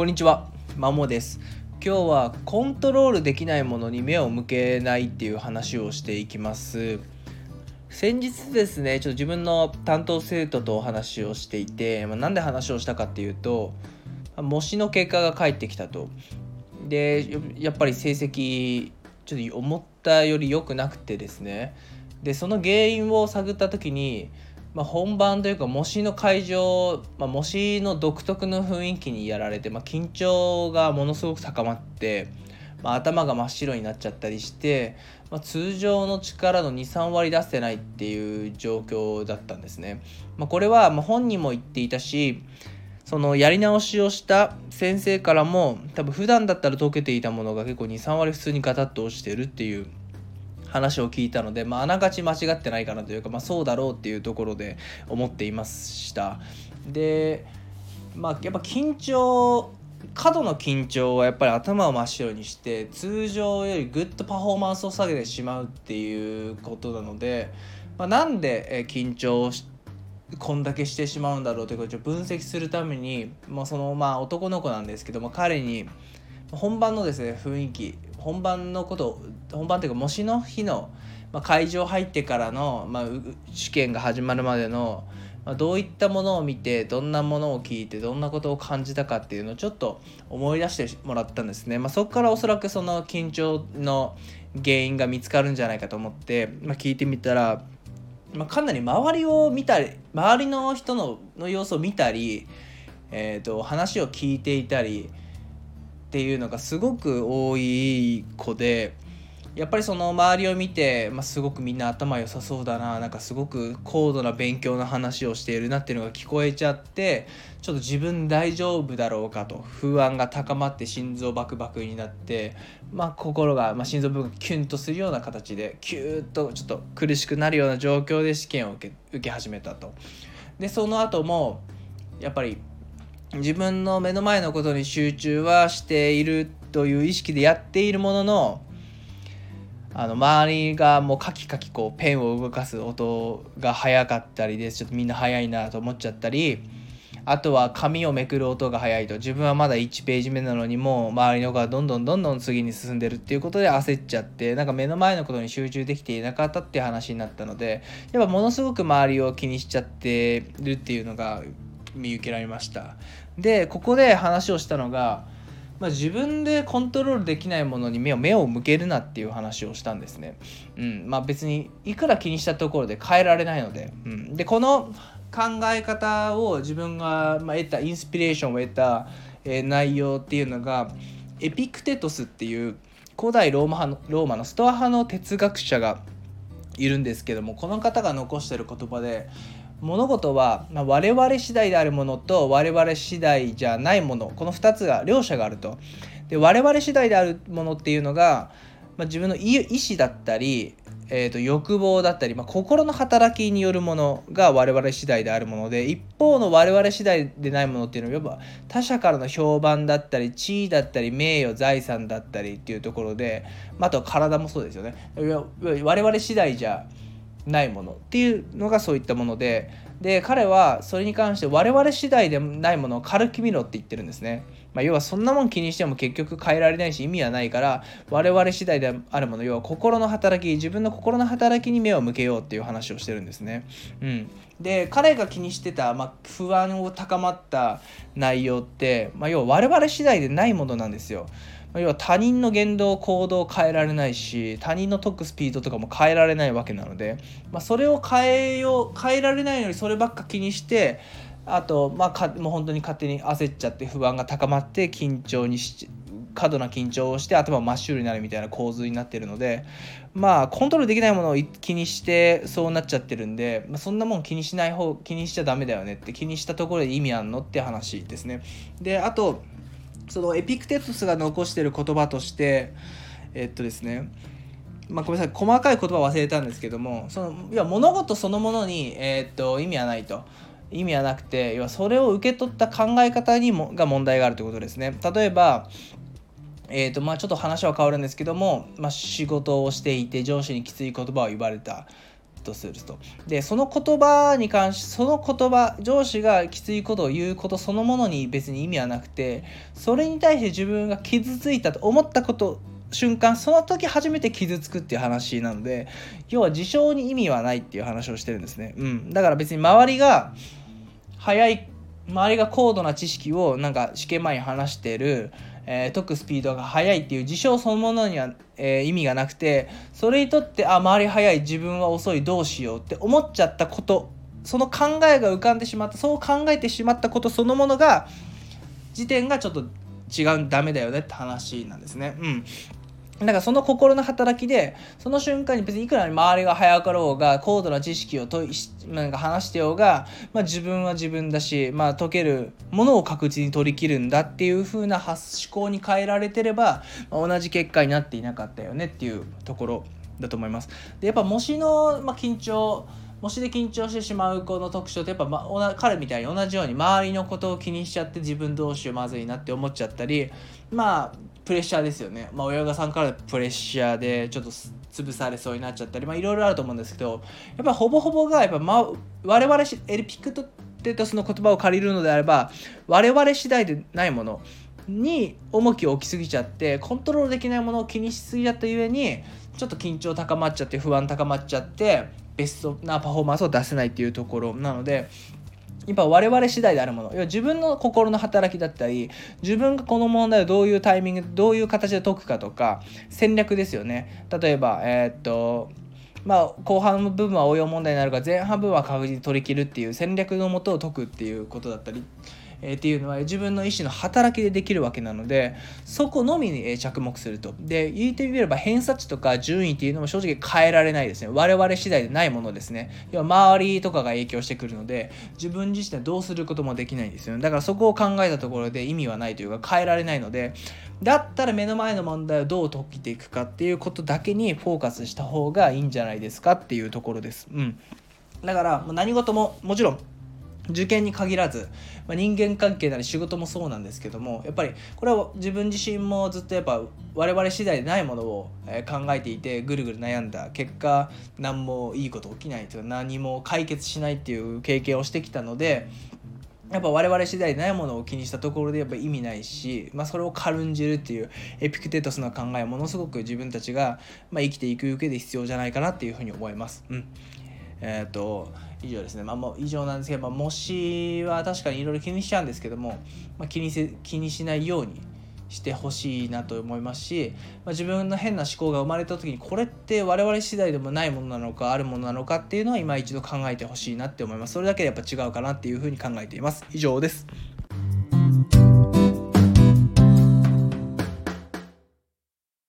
んにちは、マモです。今日はコントロールできないものに目を向けないっていう話をしていきます。先日ですね、ちょっと自分の担当生徒とお話をしていて、なんで話をしたかっていうと、模試の結果が返ってきたと。で、やっぱり成績ちょっと思ったより良くなくてですね。で、その原因を探った時に、本番というか模試の会場、模試の独特の雰囲気にやられて、緊張がものすごく高まって、頭が真っ白になっちゃったりして、通常の力の 2,3 割出せないっていう状況だったんですね。これは本人も言っていたし、そのやり直しをした先生からも多分普段だったら解けていたものが結構 2,3 割普通にガタッと落ちてるっていう話を聞いたので、あながち間違ってないかなというか、そうだろうっていうところで思っていました。で、やっぱ過度の緊張はやっぱり頭を真っ白にして通常よりぐっとパフォーマンスを下げてしまうっていうことなので、なんで緊張しこんだけしてしまうんだろうということを分析するために、男の子なんですけども、彼に本番のですね雰囲気、本番というか模試の日の、会場入ってからの、試験が始まるまでの、どういったものを見てどんなものを聞いてどんなことを感じたかっていうのをちょっと思い出してもらったんですね。そこからおそらくその緊張の原因が見つかるんじゃないかと思って、聞いてみたら、かなり周りを見たり、周りの人の様子を見たり、話を聞いていたりっていうのがすごく多い子で、やっぱりその周りを見て、すごくみんな頭良さそうだな、なんかすごく高度な勉強の話をしているなっていうのが聞こえちゃって、ちょっと自分大丈夫だろうかと不安が高まって心臓バクバクになって、心が、心臓部分がキュンとするような形でキューッとちょっと苦しくなるような状況で試験を受け始めたと。でその後もやっぱり自分の目の前のことに集中はしているという意識でやっているものの、周りがもうカキカキペンを動かす音が早かったりで、ちょっとみんな早いなと思っちゃったり、あとは紙をめくる音が早いと、自分はまだ1ページ目なのにもう周りの子がどんどん次に進んでるっていうことで焦っちゃって、なんか目の前のことに集中できていなかったっていう話になったので、やっぱものすごく周りを気にしちゃってるっていうのが見受けられました。でここで話をしたのが、自分でコントロールできないものに目を向けるなっていう話をしたんですね。別にいくら気にしたところで変えられないので、でこの考え方を自分が得たインスピレーションを得た、内容っていうのがエピクテトスっていう古代ローマのストア派の哲学者がいるんですけども、この方が残している言葉で、物事は我々次第であるものと我々次第じゃないもの、この2つが両者があると。で我々次第であるものっていうのが、自分の意思だったり、欲望だったり、心の働きによるものが我々次第であるもので、一方の我々次第でないものっていうのはやっぱ他者からの評判だったり地位だったり名誉財産だったりっていうところで、あとは体もそうですよね。我々次第じゃないものっていうのがそういったもので、彼はそれに関して我々次第でないものを軽く見ろって言ってるんですね。要はそんなもん気にしても結局変えられないし意味はないから、我々次第であるもの、要は心の働き、自分の心の働きに目を向けようっていう話をしてるんですね。で彼が気にしてた、不安を高まった内容って、要は我々次第でないものなんですよ。要は他人の言動行動を変えられないし、他人の解くスピードとかも変えられないわけなので、それを変えられないのにそればっか気にして、あともう本当に勝手に焦っちゃって不安が高まって過度な緊張をして頭真っ白になるみたいな構図になっているので、コントロールできないものを気にしてそうなっちゃってるんで、そんなもん気にしちゃダメだよねって、気にしたところで意味あんのって話ですね。であとそのエピクテトスが残している言葉としてですね、ごめんなさい、細かい言葉忘れたんですけども、要は物事そのものに、意味はないと。意味はなくて、要はそれを受け取った考え方が問題があるということですね。例えばちょっと話は変わるんですけども、仕事をしていて上司にきつい言葉を言われた。 とすると。でその言葉に関しその言葉上司がきついことを言うことそのものに別に意味はなくて、それに対して自分が傷ついたと思ったこと瞬間、その時初めて傷つくっていう話なので、要は事象に意味はないっていう話をしてるんですね。だから別に周りが高度な知識をなんか試験前に話してる、解くスピードが速いっていう事象そのものには、意味がなくて、それにとって周り速い自分は遅いどうしようって思っちゃったこと、その考えが浮かんでしまった、そう考えてしまったことそのものが時点がちょっとダメだよねって話なんですね。だからその心の働きでその瞬間に別にいくら周りが早かろうが高度な知識をなんか話してようが、自分は自分だし、解けるものを確実に取り切るんだっていう風な思考に変えられてれば、同じ結果になっていなかったよねっていうところだと思います。でやっぱ模試の、模試で緊張してしまう子の特徴ってやっぱ、彼みたいに同じように周りのことを気にしちゃって自分どうしようまずいなって思っちゃったり、プレッシャーですよね。親御さんからプレッシャーでちょっと潰されそうになっちゃったり、いろいろあると思うんですけど、やっぱほぼほぼがやっぱ、我々エピクテトスの言葉を借りるのであれば、我々次第でないものに重きを置きすぎちゃってコントロールできないものを気にしすぎちゃったゆえにちょっと緊張高まっちゃって不安高まっちゃってベストなパフォーマンスを出せないっていうところなので、やっぱ我々次第であるもの、要は自分の心の働きだったり、自分がこの問題をどういうタイミングどういう形で解くかとか戦略ですよね。例えば後半の部分は応用問題になるが前半部分は確実に取り切るっていう戦略のもとを解くっていうことだったりっていうのは自分の意思の働きでできるわけなので、そこのみに着目すると。で言ってみれば偏差値とか順位っていうのも正直変えられないですね。我々次第でないものですね。要は周りとかが影響してくるので自分自身でどうすることもできないんですよね。だからそこを考えたところで意味はないというか変えられないので、だったら目の前の問題をどう解いていくかっていうことだけにフォーカスした方がいいんじゃないですかっていうところです。だから何事ももちろん受験に限らず、人間関係なり仕事もそうなんですけども、やっぱりこれは自分自身もずっとやっぱ我々次第でないものを考えていてぐるぐる悩んだ結果何もいいこと起きないというか何も解決しないっていう経験をしてきたので、やっぱ我々次第でないものを気にしたところでやっぱ意味ないし、それを軽んじるっていうエピクテトスの考えはものすごく自分たちが生きていく上で必要じゃないかなっていうふうに思います。以上ですね。もう以上なんですけど、模試は確かにいろいろ気にしちゃうんですけども、気にしないようにしてほしいなと思いますし、自分の変な思考が生まれた時にこれって我々次第でもないものなのかあるものなのかっていうのは今一度考えてほしいなって思います。それだけでやっぱ違うかなっていうふうに考えています。以上です。